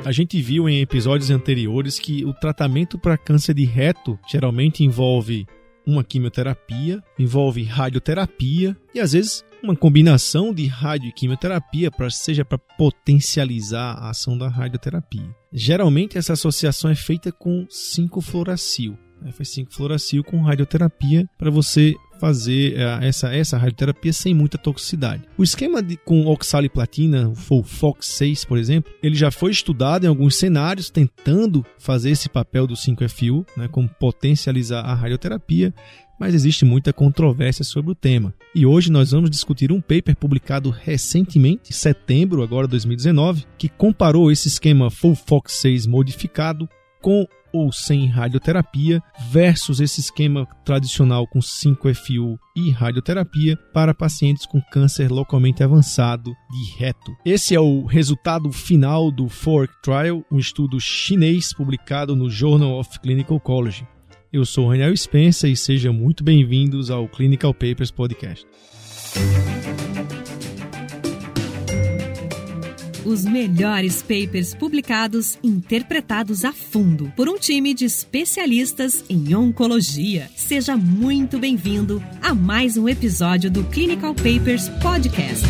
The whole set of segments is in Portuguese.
A gente viu em episódios anteriores que o tratamento para câncer de reto geralmente envolve uma quimioterapia, envolve radioterapia e às vezes uma combinação de rádio e quimioterapia, seja para potencializar a ação da radioterapia. Geralmente essa associação é feita com 5-fluoracil. Faz 5-fluoracil com radioterapia para você fazer essa radioterapia sem muita toxicidade. O esquema com oxaliplatina, o FOLFOX6, por exemplo, ele já foi estudado em alguns cenários tentando fazer esse papel do 5-FU, como potencializar a radioterapia, mas existe muita controvérsia sobre o tema. E hoje nós vamos discutir um paper publicado recentemente, em setembro agora de 2019, que comparou esse esquema FOLFOX6 modificado com ou sem radioterapia versus esse esquema tradicional com 5-FU e radioterapia para pacientes com câncer localmente avançado de reto. Esse é o resultado final do FORC Trial, um estudo chinês publicado no Journal of Clinical Oncology. Eu sou o Raniel Spencer e sejam muito bem-vindos ao Clinical Papers Podcast. Os melhores papers publicados, interpretados a fundo por um time de especialistas em oncologia. Seja muito bem-vindo a mais um episódio do Clinical Papers Podcast.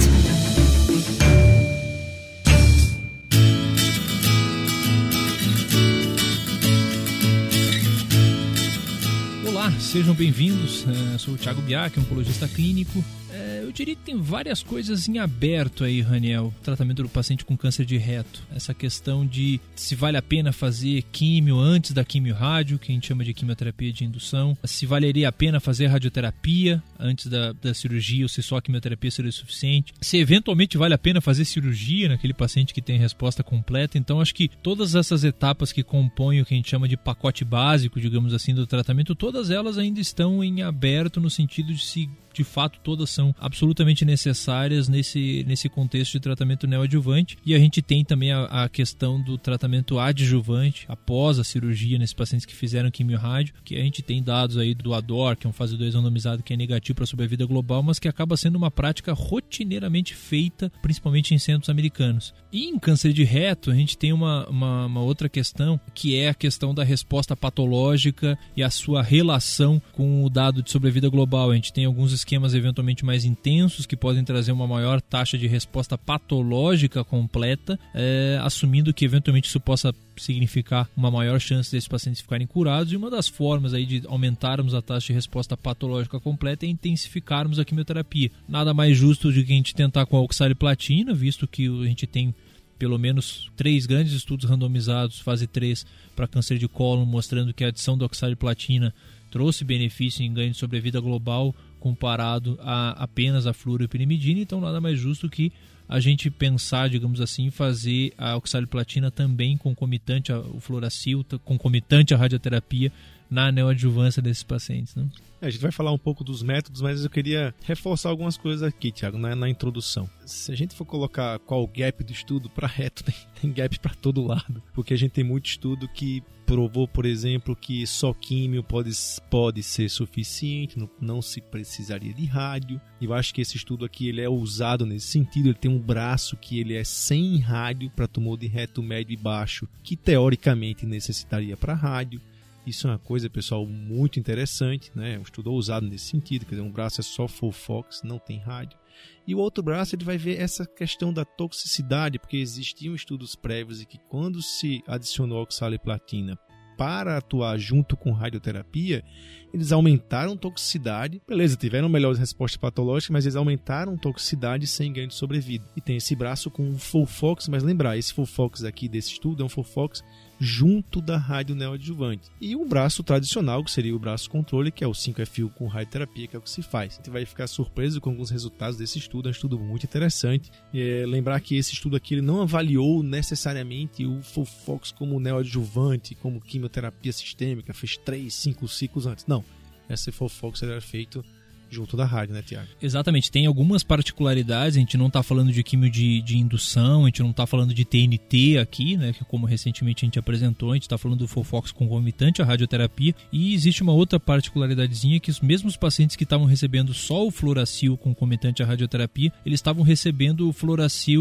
Olá, sejam bem-vindos. Sou o Thiago Biak, oncologista clínico. Eu diria que tem várias coisas em aberto aí, Raniel, tratamento do paciente com câncer de reto. Essa questão de se vale a pena fazer químio antes da quimio-rádio, que a gente chama de quimioterapia de indução. Se valeria a pena fazer radioterapia antes da cirurgia ou se só a quimioterapia seria suficiente. Se eventualmente vale a pena fazer cirurgia naquele paciente que tem resposta completa. Então acho que todas essas etapas que compõem o que a gente chama de pacote básico, digamos assim, do tratamento, todas elas ainda estão em aberto no sentido de se de fato todas são absolutamente necessárias nesse contexto de tratamento neoadjuvante. E a gente tem também a questão do tratamento adjuvante após a cirurgia nesses pacientes que fizeram quimio-rádio, que a gente tem dados aí do ADOR, que é um fase 2 randomizado que é negativo para a sobrevida global, mas que acaba sendo uma prática rotineiramente feita, principalmente em centros americanos. E em câncer de reto, a gente tem uma outra questão, que é a questão da resposta patológica e a sua relação com o dado de sobrevida global. A gente tem alguns esquemas eventualmente mais intensos que podem trazer uma maior taxa de resposta patológica completa, assumindo que eventualmente isso possa significar uma maior chance desses pacientes ficarem curados. E uma das formas aí de aumentarmos a taxa de resposta patológica completa é intensificarmos a quimioterapia. Nada mais justo do que a gente tentar com a oxaliplatina, visto que a gente tem pelo menos 3 grandes estudos randomizados, fase 3, para câncer de cólon, mostrando que a adição da oxaliplatina trouxe benefício em ganho de sobrevida global comparado a apenas a fluoropirimidina. Então nada mais justo que a gente pensar, digamos assim, fazer a oxaliplatina também concomitante ao fluoracil, concomitante à radioterapia na neoadjuvância desses pacientes, né? A gente vai falar um pouco dos métodos, mas eu queria reforçar algumas coisas aqui, Thiago, na introdução. Se a gente for colocar qual o gap do estudo, para reto tem gap para todo lado, porque a gente tem muito estudo que provou, por exemplo, que só químio pode ser suficiente, não se precisaria de rádio. Eu acho que esse estudo aqui ele é ousado nesse sentido, ele tem um braço que ele é sem rádio para tumor de reto médio e baixo, que teoricamente necessitaria para rádio. Isso é uma coisa, pessoal, muito interessante, né? Um estudo ousado nesse sentido, quer dizer, um braço é só FOLFOX, não tem rádio. E o outro braço ele vai ver essa questão da toxicidade, porque existiam estudos prévios e que quando se adicionou oxaliplatina para atuar junto com radioterapia, eles aumentaram toxicidade. Beleza, tiveram melhores respostas patológicas, mas eles aumentaram toxicidade sem ganho de sobrevida. E tem esse braço com o FOLFOX, mas lembrar, esse FOLFOX aqui desse estudo é um FOLFOX junto da rádio neoadjuvante. E um braço tradicional, que seria o braço controle, que é o 5-FU com radioterapia, que é o que se faz. A gente vai ficar surpreso com alguns resultados desse estudo, é um estudo muito interessante. Lembrar que esse estudo aqui ele não avaliou necessariamente o FOLFOX como neoadjuvante, como quimioterapia sistêmica, fez 3, 5 ciclos antes. Não, esse FOLFOX era feito junto da rádio, né, Thiago? Exatamente, tem algumas particularidades, a gente não está falando de quimio de indução, a gente não está falando de TNT aqui, né, que como recentemente a gente apresentou, a gente está falando do FOLFOX concomitante à radioterapia, e existe uma outra particularidadezinha que os mesmos pacientes que estavam recebendo só o fluoracil concomitante à radioterapia, eles estavam recebendo o fluoracil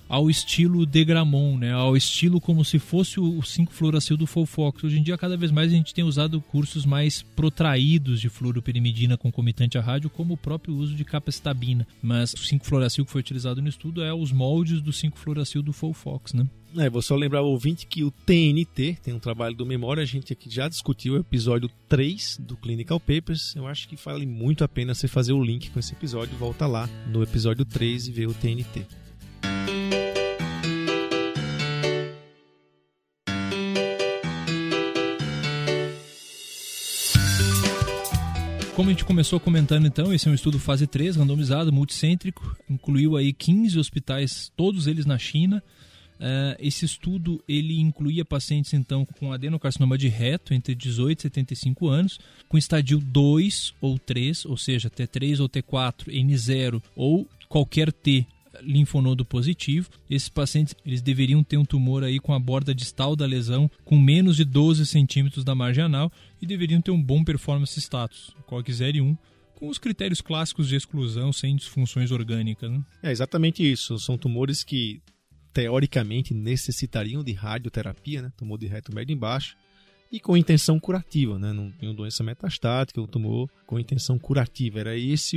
ao estilo Degramont, né? Ao estilo como se fosse o 5-fluoracil do Folfox. Hoje em dia, cada vez mais a gente tem usado cursos mais protraídos de fluoropirimidina concomitante à rádio, como o próprio uso de capecitabina. Mas o 5-fluoracil que foi utilizado no estudo é os moldes do 5-fluoracil do Folfox, né? Vou só lembrar ao ouvinte que o TNT, tem um trabalho do Memória, a gente aqui já discutiu o episódio 3 do Clinical Papers. Eu acho que vale muito a pena você fazer o link com esse episódio, volta lá no episódio 3 e ver o TNT. Como a gente começou comentando então, esse é um estudo fase 3, randomizado, multicêntrico, incluiu aí 15 hospitais, todos eles na China. Esse estudo ele incluía pacientes então com adenocarcinoma de reto entre 18 e 75 anos, com estadio 2 ou 3, ou seja, T3 ou T4, N0 ou qualquer T linfonodo positivo. Esses pacientes eles deveriam ter um tumor aí com a borda distal da lesão com menos de 12 centímetros da margem anal e deveriam ter um bom performance status, COG 0 e 1, com os critérios clássicos de exclusão sem disfunções orgânicas, né? É exatamente isso, são tumores que teoricamente necessitariam de radioterapia, né? Tumor de reto médio e baixo, e com intenção curativa, né? Não tem doença metastática, o tumor com intenção curativa. Era esse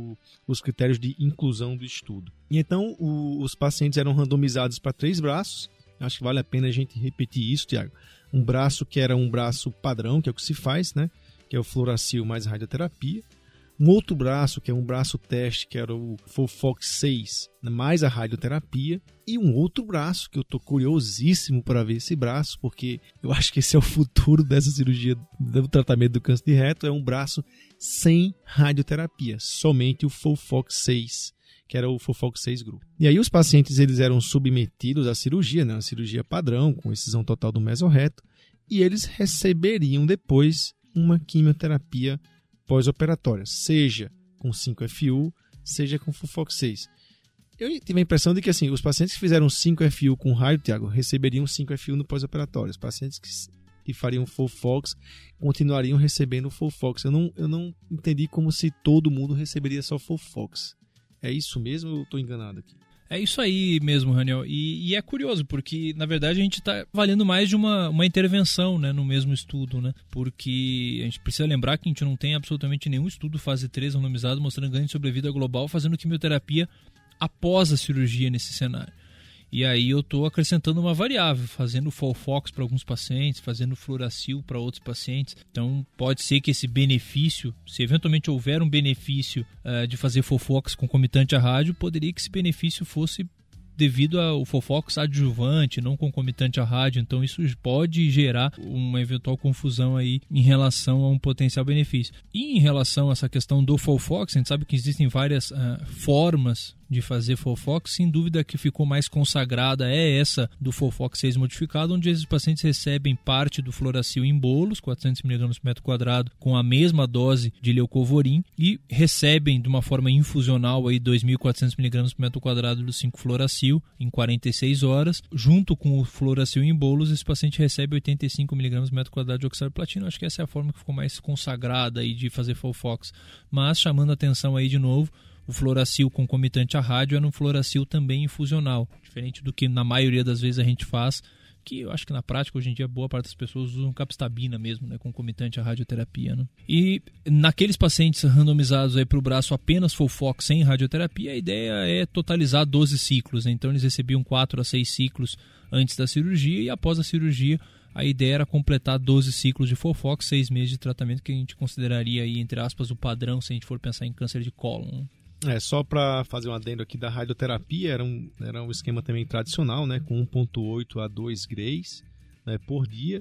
os critérios de inclusão do estudo. E então os pacientes eram randomizados para 3 braços. Acho que vale a pena a gente repetir isso, Tiago. Um braço que era um braço padrão, que é o que se faz, né? Que é o fluoracil mais radioterapia. Um outro braço, que é um braço teste, que era o Folfox 6, mais a radioterapia. E um outro braço, que eu estou curiosíssimo para ver esse braço, porque eu acho que esse é o futuro dessa cirurgia, do tratamento do câncer de reto, é um braço sem radioterapia, somente o Folfox 6, que era o Folfox 6 grupo. E aí os pacientes eles eram submetidos à cirurgia, né, uma cirurgia padrão, com excisão total do mesorreto, e eles receberiam depois uma quimioterapia pós-operatória, seja com 5-FU, seja com Folfox 6. Eu tive a impressão de que assim, os pacientes que fizeram 5-FU com raio, Tiago, receberiam 5-FU no pós-operatório. Os pacientes que fariam Folfox continuariam recebendo Folfox. Eu não entendi como se todo mundo receberia só Folfox. É isso mesmo ou eu estou enganado aqui? É isso aí mesmo, Raniel. E é curioso, porque na verdade a gente está valendo mais de uma intervenção, né, no mesmo estudo, né? Porque a gente precisa lembrar que a gente não tem absolutamente nenhum estudo fase 3 randomizado mostrando ganho de sobrevida global fazendo quimioterapia após a cirurgia nesse cenário. E aí eu estou acrescentando uma variável, fazendo Folfox para alguns pacientes, fazendo fluoracil para outros pacientes. Então pode ser que esse benefício, se eventualmente houver um benefício de fazer Folfox concomitante à rádio, poderia que esse benefício fosse devido ao Folfox adjuvante, não concomitante à rádio. Então isso pode gerar uma eventual confusão aí em relação a um potencial benefício. E em relação a essa questão do Folfox, a gente sabe que existem várias formas de fazer Folfox, sem dúvida a que ficou mais consagrada é essa do Folfox 6 modificado, onde esses pacientes recebem parte do fluoracil em bolos, 400 mg por metro quadrado, com a mesma dose de leucovorin, e recebem de uma forma infusional aí 2.400 mg por metro quadrado do 5-fluoracil em 46 horas. Junto com o fluoracil em bolos, esse paciente recebe 85 mg por metro quadrado de oxaliplatino. Acho que essa é a forma que ficou mais consagrada aí de fazer Folfox. Mas chamando a atenção aí de novo, o fluoracil concomitante à rádio era um fluoracil também infusional, diferente do que na maioria das vezes a gente faz, que eu acho que na prática hoje em dia boa parte das pessoas usam capecitabina mesmo, né, concomitante à radioterapia, né? E naqueles pacientes randomizados aí para o braço apenas Folfox sem radioterapia, a ideia é totalizar 12 ciclos, né? Então eles recebiam 4 a 6 ciclos antes da cirurgia e após a cirurgia a ideia era completar 12 ciclos de Folfox, 6 meses de tratamento, que a gente consideraria aí, entre aspas, o padrão se a gente for pensar em câncer de cólon. Só para fazer um adendo aqui da radioterapia, era um esquema também tradicional, né, com 1,8 a 2 grays, né, por dia,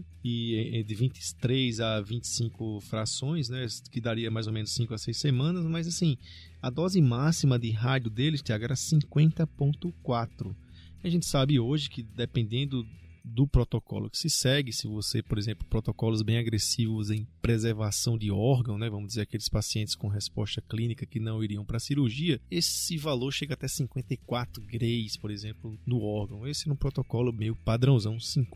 e de 23 a 25 frações, né, que daria mais ou menos 5 a 6 semanas, mas assim, a dose máxima de rádio deles, Tiago, era 50,4. A gente sabe hoje que dependendo do protocolo que se segue, se você, por exemplo, protocolos bem agressivos em preservação de órgão, né, vamos dizer aqueles pacientes com resposta clínica que não iriam para a cirurgia, esse valor chega até 54 grays, por exemplo, no órgão. Esse é um protocolo meio padrãozão,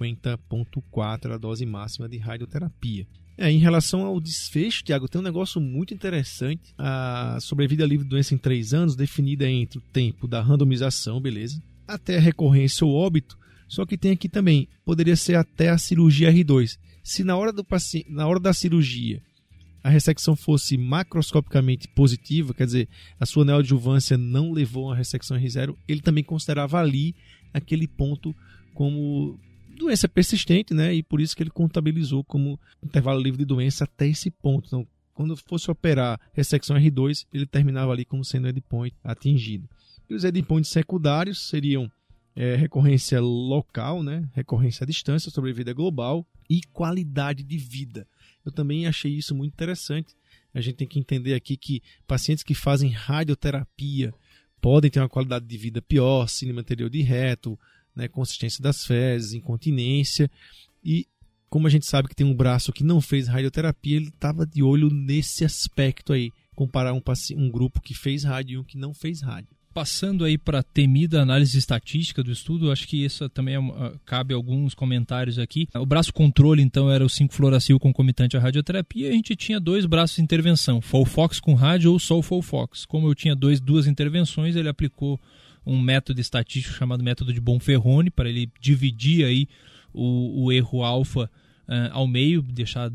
50,4 a dose máxima de radioterapia. Em relação ao desfecho, Tiago, tem um negócio muito interessante. A sobrevida livre de doença em 3 anos, definida entre o tempo da randomização, beleza? até a recorrência ou óbito, só que tem aqui também, poderia ser até a cirurgia R2. Se na hora da cirurgia a ressecção fosse macroscopicamente positiva, quer dizer, a sua neoadjuvância não levou a uma ressecção R0, ele também considerava ali aquele ponto como doença persistente, né? E por isso que ele contabilizou como intervalo livre de doença até esse ponto. Então, quando fosse operar ressecção R2, ele terminava ali como sendo endpoint atingido. E os endpoints secundários seriam recorrência local, né? Recorrência à distância, sobrevida global e qualidade de vida. Eu também achei isso muito interessante. A gente tem que entender aqui que pacientes que fazem radioterapia podem ter uma qualidade de vida pior, síndrome anterior de reto, né, consistência das fezes, incontinência. E como a gente sabe que tem um braço que não fez radioterapia, ele estava de olho nesse aspecto aí, comparar um grupo que fez rádio e um que não fez rádio. Passando aí para a temida análise estatística do estudo, acho que isso também cabe alguns comentários aqui. O braço controle, então, era o 5-fluoracil concomitante à radioterapia. A gente tinha 2 braços de intervenção, FOLFOX com rádio ou só o FOLFOX. Como eu tinha duas intervenções, ele aplicou um método estatístico chamado método de Bonferroni, para ele dividir aí o erro alfa ao meio, deixar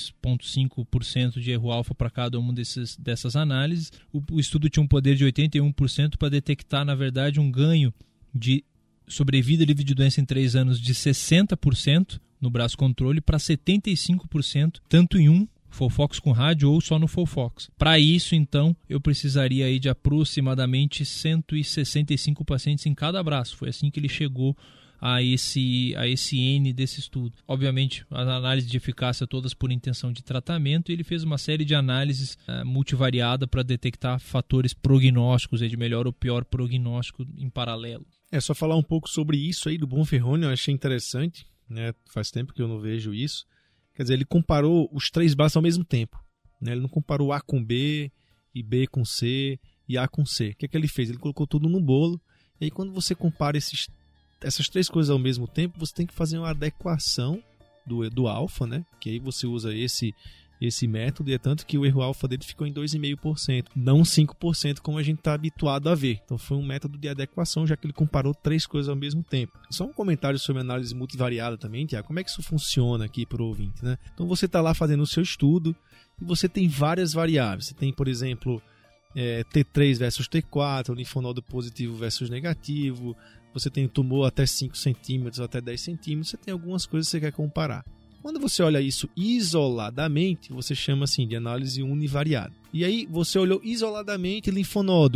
2,5% de erro alfa para cada uma dessas análises. O estudo tinha um poder de 81% para detectar, na verdade, um ganho de sobrevida livre de doença em 3 anos de 60% no braço controle para 75%, tanto em um FOLFOX com rádio ou só no FOLFOX. Para isso, então, eu precisaria aí de aproximadamente 165 pacientes em cada braço. Foi assim que ele chegou a esse N desse estudo. Obviamente, as análises de eficácia todas por intenção de tratamento, e ele fez uma série de análises multivariada para detectar fatores prognósticos, de melhor ou pior prognóstico em paralelo. Só falar um pouco sobre isso aí do Bonferroni, eu achei interessante, né? Faz tempo que eu não vejo isso. Quer dizer, ele comparou os 3 braços ao mesmo tempo, né? Ele não comparou A com B, e B com C, e A com C. O que é que ele fez? Ele colocou tudo no bolo, e aí quando você compara essas 3 coisas ao mesmo tempo, você tem que fazer uma adequação do alfa, né? Que aí você usa esse método, e é tanto que o erro alfa dele ficou em 2,5%, não 5% como a gente está habituado a ver. Então foi um método de adequação, já que ele comparou 3 coisas ao mesmo tempo. Só um comentário sobre análise multivariada também, Tiago. Como é que isso funciona aqui para o ouvinte, né? Então você está lá fazendo o seu estudo e você tem várias variáveis. Você tem, por exemplo, T3 versus T4, linfonodo positivo versus negativo. Você tem tumor até 5 centímetros, até 10 centímetros, você tem algumas coisas que você quer comparar. Quando você olha isso isoladamente, você chama assim de análise univariada. E aí você olhou isoladamente linfonodo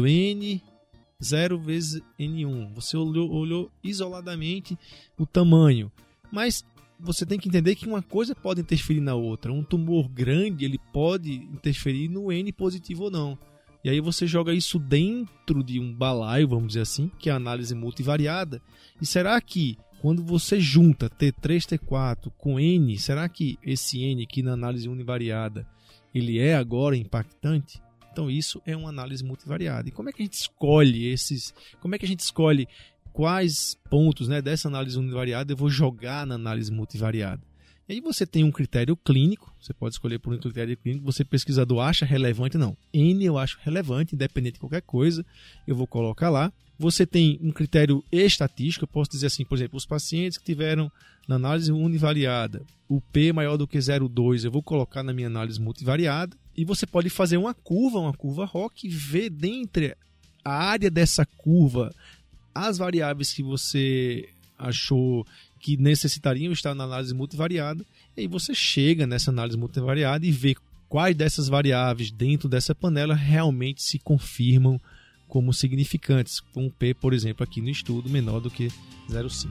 N0 vezes N1. Você olhou isoladamente o tamanho. Mas você tem que entender que uma coisa pode interferir na outra. Um tumor grande, ele pode interferir no N positivo ou não. E aí você joga isso dentro de um balaio, vamos dizer assim, que é a análise multivariada. E será que quando você junta T3, T4 com N, será que esse N aqui na análise univariada, ele é agora impactante? Então isso é uma análise multivariada. E como é que a gente escolhe como é que a gente escolhe quais pontos, né, dessa análise univariada eu vou jogar na análise multivariada? E aí você tem um critério clínico, você pode escolher por um critério clínico, você pesquisador acha relevante, não. N eu acho relevante, independente de qualquer coisa, eu vou colocar lá. Você tem um critério estatístico, eu posso dizer assim, por exemplo, os pacientes que tiveram na análise univariada, o P maior do que 0,2, eu vou colocar na minha análise multivariada. E você pode fazer uma curva ROC, e ver dentro a área dessa curva as variáveis que você achou que necessitariam estar na análise multivariada, e aí você chega nessa análise multivariada e vê quais dessas variáveis dentro dessa panela realmente se confirmam como significantes, com um P, por exemplo, aqui no estudo menor do que 0,5.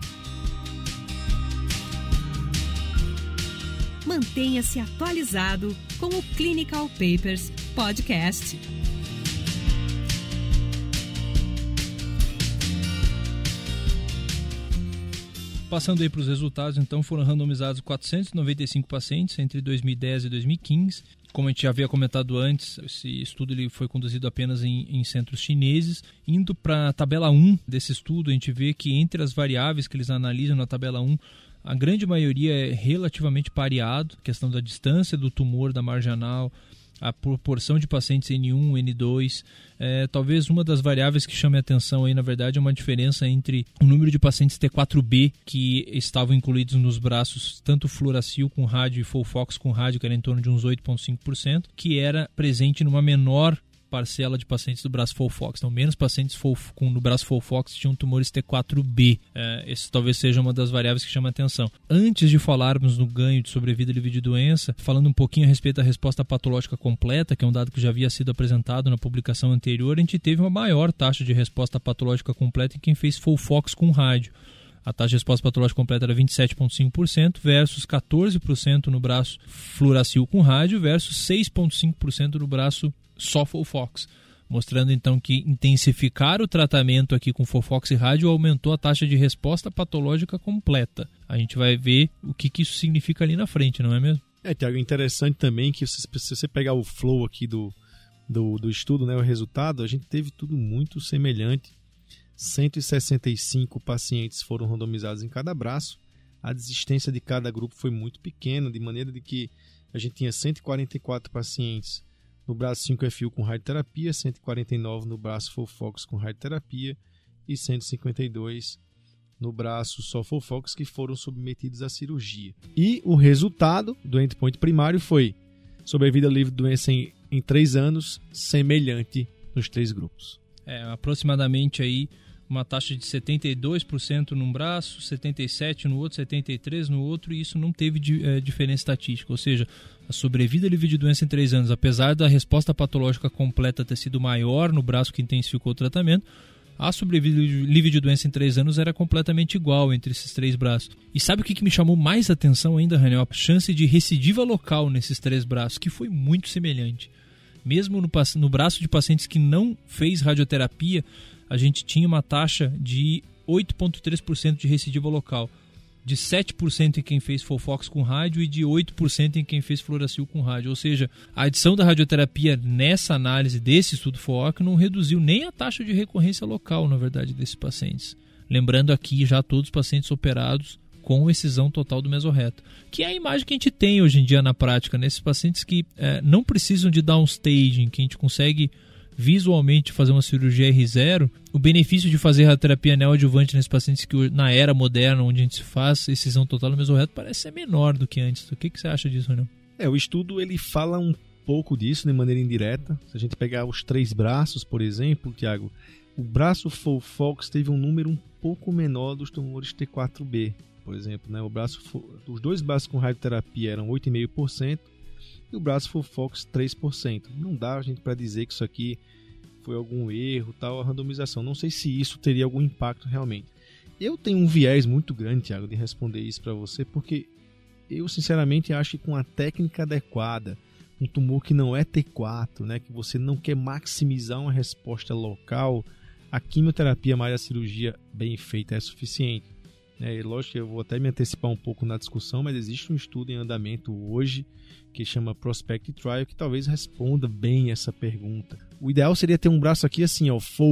Mantenha-se atualizado com o Clinical Papers Podcast. Passando aí para os resultados, então foram randomizados 495 pacientes entre 2010 e 2015. Como a gente já havia comentado antes, esse estudo ele foi conduzido apenas em centros chineses. Indo para a tabela 1 desse estudo, a gente vê que entre as variáveis que eles analisam na tabela 1, a grande maioria é relativamente pareado, questão da distância do tumor da marginal a proporção de pacientes N1, N2. Talvez uma das variáveis que chame a atenção aí, na verdade, é uma diferença entre o número de pacientes T4B que estavam incluídos nos braços, tanto Fluoracil com rádio e Folfox com rádio, que era em torno de uns 8,5%, que era presente numa menor parcela de pacientes do braço Folfox. Então, menos pacientes no braço Folfox tinham tumores T4B. Esse talvez seja uma das variáveis que chama a atenção. Antes de falarmos no ganho de sobrevida livre de doença, falando um pouquinho a respeito da resposta patológica completa, que é um dado que já havia sido apresentado na publicação anterior, a gente teve uma maior taxa de resposta patológica completa em quem fez Folfox com rádio. A taxa de resposta patológica completa era 27,5% versus 14% no braço Fluoracil com rádio versus 6,5% no braço só Folfox, mostrando então que intensificar o tratamento aqui com Folfox e rádio aumentou a taxa de resposta patológica completa. A gente vai ver o que isso significa ali na frente, não é mesmo? Tiago, interessante também que se você pegar o flow aqui do estudo, né, o resultado, a gente teve tudo muito semelhante. 165 pacientes foram randomizados em cada braço. A desistência de cada grupo foi muito pequena, de maneira de que a gente tinha 144 pacientes no braço 5FU com radioterapia, 149 no braço Folfox com radioterapia e 152 no braço só Folfox que foram submetidos à cirurgia. E o resultado do endpoint primário foi sobrevida livre de doença em 3 anos, semelhante nos 3 grupos. Aproximadamente aí uma taxa de 72% num braço, 77% no outro, 73% no outro, e isso não teve diferença estatística. Ou seja, a sobrevida livre de doença em 3 anos, apesar da resposta patológica completa ter sido maior no braço que intensificou o tratamento, a sobrevida livre de doença em 3 anos era completamente igual entre esses 3 braços. E sabe o que me chamou mais atenção ainda, Raniel? A chance de recidiva local nesses 3 braços, que foi muito semelhante. Mesmo no braço de pacientes que não fez radioterapia, a gente tinha uma taxa de 8,3% de recidiva local, de 7% em quem fez Folfox com rádio e de 8% em quem fez Fluoracil com rádio. Ou seja, a adição da radioterapia nessa análise desse estudo FOAC não reduziu nem a taxa de recorrência local, na verdade, desses pacientes. Lembrando aqui já todos os pacientes operados com excisão total do mesorreto, que é a imagem que a gente tem hoje em dia na prática, nesses pacientes que não precisam de downstaging, que a gente consegue visualmente fazer uma cirurgia R0. O benefício de fazer radioterapia neoadjuvante nesses pacientes que na era moderna, onde a gente faz excisão total do mesorreto, parece ser menor do que antes. O que você acha disso, Renan? O estudo ele fala um pouco disso de maneira indireta. Se a gente pegar os 3 braços, por exemplo, Tiago, o braço Folfox teve um número um pouco menor dos tumores T4B, por exemplo, né? Os 2 braços com radioterapia eram 8,5% e o braço Folfox 3%. Não dá a gente para dizer que isso aqui foi algum erro, tal, a randomização. Não sei se isso teria algum impacto realmente. Eu tenho um viés muito grande, Tiago, de responder isso para você, porque eu sinceramente acho que com a técnica adequada, um tumor que não é T4, né, que você não quer maximizar uma resposta local, a quimioterapia mais a cirurgia bem feita é suficiente. Lógico que eu vou até me antecipar um pouco na discussão, mas existe um estudo em andamento hoje que chama Prospect Trial, que talvez responda bem essa pergunta. O ideal seria ter um braço aqui assim,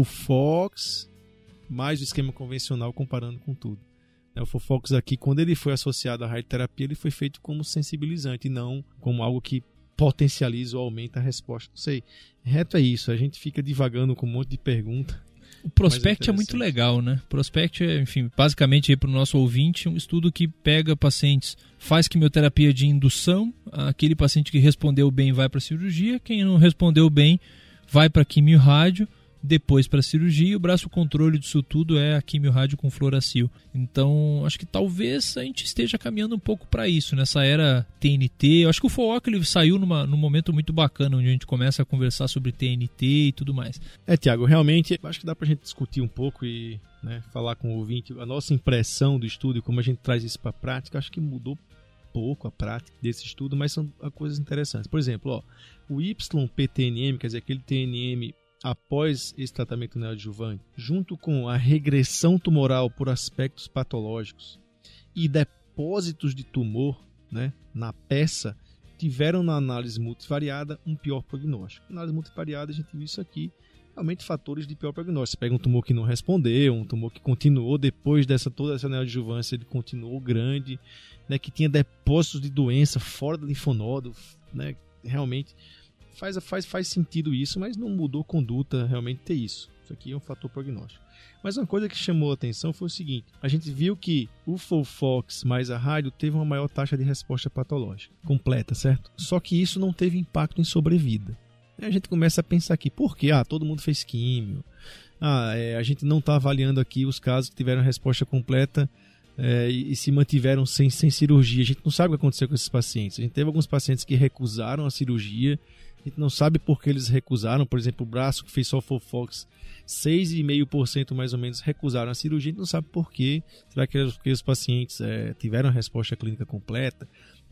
Folfox mais o esquema convencional comparando com tudo. O Folfox aqui, quando ele foi associado à radioterapia, ele foi feito como sensibilizante e não como algo que potencializa ou aumenta a resposta. Não sei, reto é isso, a gente fica divagando com um monte de pergunta. O Prospect é muito legal, né? Prospect é, enfim, basicamente para o nosso ouvinte, um estudo que pega pacientes, faz quimioterapia de indução, aquele paciente que respondeu bem vai para a cirurgia, quem não respondeu bem vai para quimio rádio, depois para a cirurgia, e o braço controle disso tudo é a quimio rádio com Fluoracil. Então, acho que talvez a gente esteja caminhando um pouco para isso, nessa era TNT. Eu acho que o FOAC ele saiu num momento muito bacana, onde a gente começa a conversar sobre TNT e tudo mais. Tiago, realmente, acho que dá para a gente discutir um pouco e falar com o ouvinte a nossa impressão do estudo e como a gente traz isso para a prática. Acho que mudou pouco a prática desse estudo, mas são coisas interessantes. Por exemplo, o YPTNM, quer dizer, aquele TNM após esse tratamento neoadjuvante, junto com a regressão tumoral por aspectos patológicos e depósitos de tumor, na peça, tiveram na análise multivariada um pior prognóstico. Na análise multivariada a gente viu isso aqui, realmente fatores de pior prognóstico. Você pega um tumor que não respondeu, um tumor que continuou depois toda essa neoadjuvância, ele continuou grande, que tinha depósitos de doença fora do linfonodo, realmente faz sentido isso, mas não mudou conduta realmente ter isso. Isso aqui é um fator prognóstico. Mas uma coisa que chamou a atenção foi o seguinte: a gente viu que o FOLFOX mais a rádio teve uma maior taxa de resposta patológica completa, certo? Só que isso não teve impacto em sobrevida. Aí a gente começa a pensar aqui, por quê? Todo mundo fez químio. A gente não está avaliando aqui os casos que tiveram resposta completa e se mantiveram sem cirurgia. A gente não sabe o que aconteceu com esses pacientes. A gente teve alguns pacientes que recusaram a cirurgia. A gente não sabe por que eles recusaram. Por exemplo, o braço que fez só FOLFOX, 6,5% mais ou menos recusaram a cirurgia. A gente não sabe por quê. Será que os pacientes tiveram a resposta clínica completa?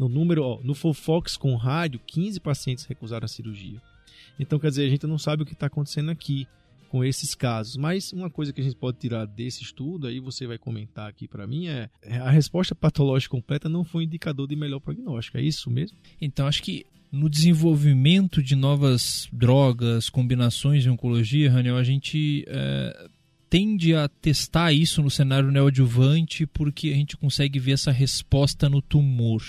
No FOLFOX com rádio, 15 pacientes recusaram a cirurgia. Então, quer dizer, a gente não sabe o que está acontecendo aqui com esses casos. Mas uma coisa que a gente pode tirar desse estudo, aí você vai comentar aqui para mim, a resposta patológica completa não foi um indicador de melhor prognóstico. É isso mesmo? Então, acho que no desenvolvimento de novas drogas, combinações em oncologia, Raniel, a gente tende a testar isso no cenário neoadjuvante porque a gente consegue ver essa resposta no tumor.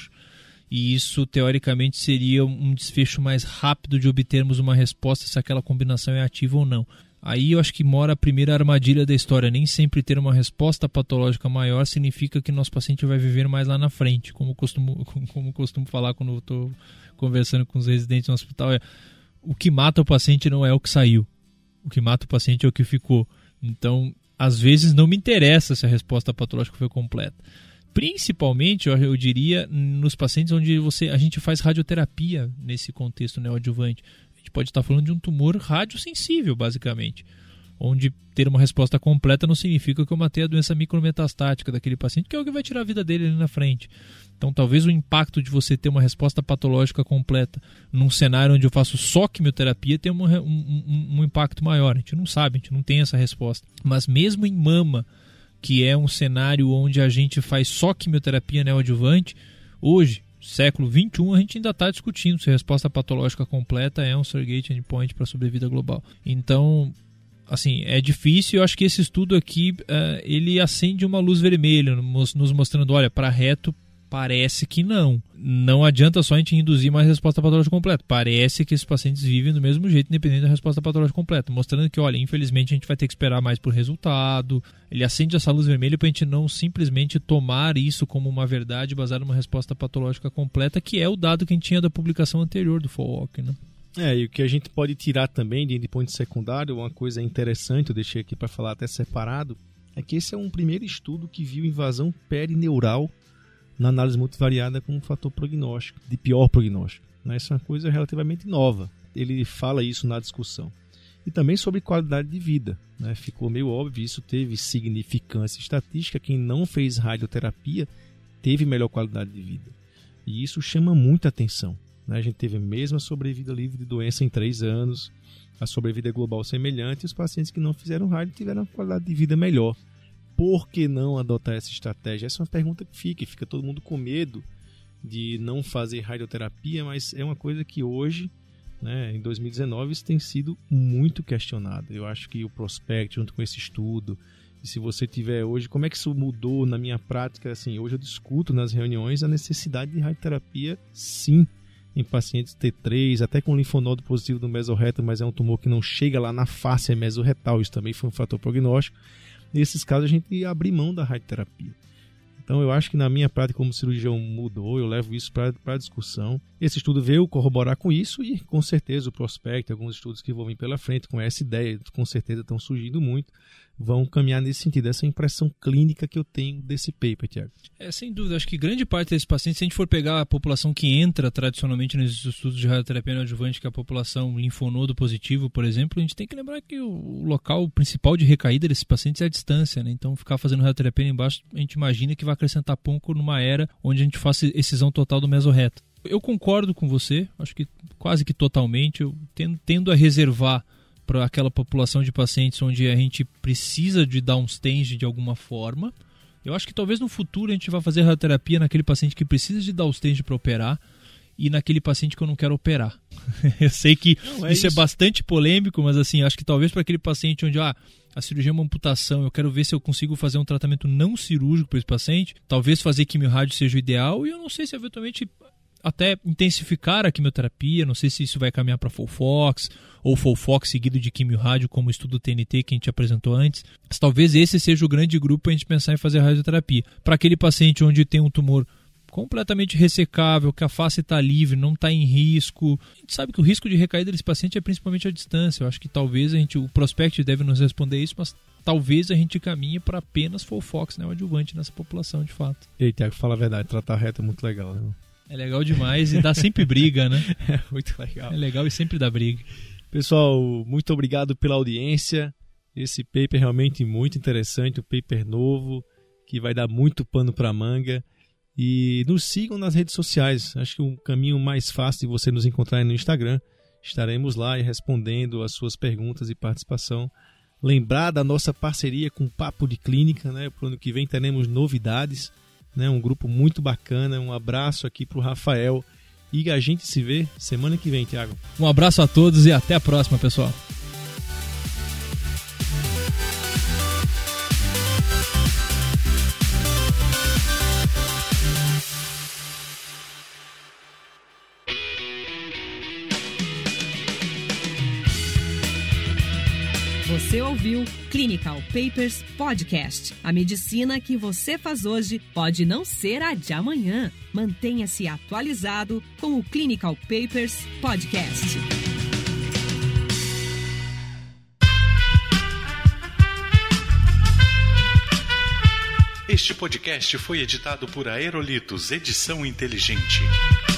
E isso, teoricamente, seria um desfecho mais rápido de obtermos uma resposta se aquela combinação é ativa ou não. Aí eu acho que mora a primeira armadilha da história. Nem sempre ter uma resposta patológica maior significa que nosso paciente vai viver mais lá na frente. Como costumo falar quando eu estou conversando com os residentes no hospital, o que mata o paciente não é o que saiu. O que mata o paciente é o que ficou. Então, às vezes não me interessa se a resposta patológica foi completa. Principalmente, eu diria, nos pacientes onde a gente faz radioterapia nesse contexto neoadjuvante. A gente pode estar falando de um tumor radiosensível, basicamente, onde ter uma resposta completa não significa que eu matei a doença micrometastática daquele paciente, que é o que vai tirar a vida dele ali na frente. Então, talvez o impacto de você ter uma resposta patológica completa num cenário onde eu faço só quimioterapia tenha um impacto maior. A gente não sabe, a gente não tem essa resposta. Mas mesmo em mama, que é um cenário onde a gente faz só quimioterapia neoadjuvante, hoje, século XXI, a gente ainda está discutindo se a resposta patológica completa é um surrogate endpoint para a sobrevida global. Então, assim, é difícil. Eu acho que esse estudo aqui, ele acende uma luz vermelha, nos mostrando, olha, para reto parece que não. Não adianta só a gente induzir mais resposta patológica completa. Parece que esses pacientes vivem do mesmo jeito, independente da resposta patológica completa. Mostrando que, olha, infelizmente a gente vai ter que esperar mais por resultado. Ele acende essa luz vermelha para a gente não simplesmente tomar isso como uma verdade baseada numa resposta patológica completa, que é o dado que a gente tinha da publicação anterior do FOLFOX, né? E o que a gente pode tirar também de endpoint secundário, uma coisa interessante, eu deixei aqui para falar até separado, é que esse é um primeiro estudo que viu invasão perineural na análise multivariada como um fator prognóstico, de pior prognóstico. Essa é uma coisa relativamente nova. Ele fala isso na discussão. E também sobre qualidade de vida. Ficou meio óbvio, isso teve significância estatística. Quem não fez radioterapia teve melhor qualidade de vida. E isso chama muita atenção. A gente teve a mesma sobrevida livre de doença em 3 anos, a sobrevida global semelhante, e os pacientes que não fizeram rádio tiveram uma qualidade de vida melhor. Por que não adotar essa estratégia? Essa é uma pergunta que fica todo mundo com medo de não fazer radioterapia, mas é uma coisa que hoje, em 2019, isso tem sido muito questionado. Eu acho que o Prospect, junto com esse estudo, e se você tiver hoje, como é que isso mudou na minha prática? Assim, hoje eu discuto nas reuniões a necessidade de radioterapia, sim, em pacientes T3, até com linfonodo positivo do mesorreto, mas é um tumor que não chega lá na face mesorretal. Isso também foi um fator prognóstico. Nesses casos, a gente abre mão da radioterapia. Então, eu acho que na minha prática como cirurgião mudou, eu levo isso para a discussão. Esse estudo veio corroborar com isso e, com certeza, o Prospect, alguns estudos que vão vir pela frente com essa ideia, com certeza estão surgindo muito, vão caminhar nesse sentido. Essa é a impressão clínica que eu tenho desse paper, Tiago. Sem dúvida. Acho que grande parte desses pacientes, se a gente for pegar a população que entra tradicionalmente nesses estudos de radioterapia neoadjuvante, que é a população linfonodo positivo, por exemplo, a gente tem que lembrar que o local principal de recaída desses pacientes é a distância, né? Então, ficar fazendo radioterapia embaixo, a gente imagina que vai acrescentar pouco numa era onde a gente faça excisão total do mesorreto. Eu concordo com você, acho que quase que totalmente. Eu tendo a reservar para aquela população de pacientes onde a gente precisa de downstage de alguma forma. Eu acho que talvez no futuro a gente vá fazer radioterapia naquele paciente que precisa de downstage para operar e naquele paciente que eu não quero operar. Eu sei que isso é bastante polêmico, mas assim, acho que talvez para aquele paciente onde a cirurgia é uma amputação, eu quero ver se eu consigo fazer um tratamento não cirúrgico para esse paciente, talvez fazer quimio-rádio seja o ideal, e eu não sei se eventualmente até intensificar a quimioterapia. Não sei se isso vai caminhar para FOLFOX ou FOLFOX seguido de quimio-rádio, como o estudo TNT que a gente apresentou antes. Mas talvez esse seja o grande grupo para a gente pensar em fazer radioterapia. Para aquele paciente onde tem um tumor completamente ressecável, que a face está livre, não está em risco. A gente sabe que o risco de recaída desse paciente é principalmente a distância. Eu acho que talvez o Prospect deve nos responder isso, mas talvez a gente caminhe para apenas FOLFOX, né, o adjuvante nessa população, de fato. E aí, Tiago, fala a verdade, tratar reto é muito legal, né? É legal demais e dá sempre briga, né? É muito legal. É legal e sempre dá briga. Pessoal, muito obrigado pela audiência. Esse paper é realmente muito interessante, um paper novo, que vai dar muito pano para manga. E nos sigam nas redes sociais. Acho que o caminho mais fácil de você nos encontrar é no Instagram. Estaremos lá e respondendo as suas perguntas e participação. Lembrar da nossa parceria com o Papo de Clínica, né? Para o ano que vem teremos novidades, né? Um grupo muito bacana. Um abraço aqui para o Rafael. E a gente se vê semana que vem, Tiago. Um abraço a todos e até a próxima, pessoal. Você ouviu Clinical Papers Podcast. A medicina que você faz hoje pode não ser a de amanhã. Mantenha-se atualizado com o Clinical Papers Podcast. Este podcast foi editado por Aerolitos Edição Inteligente.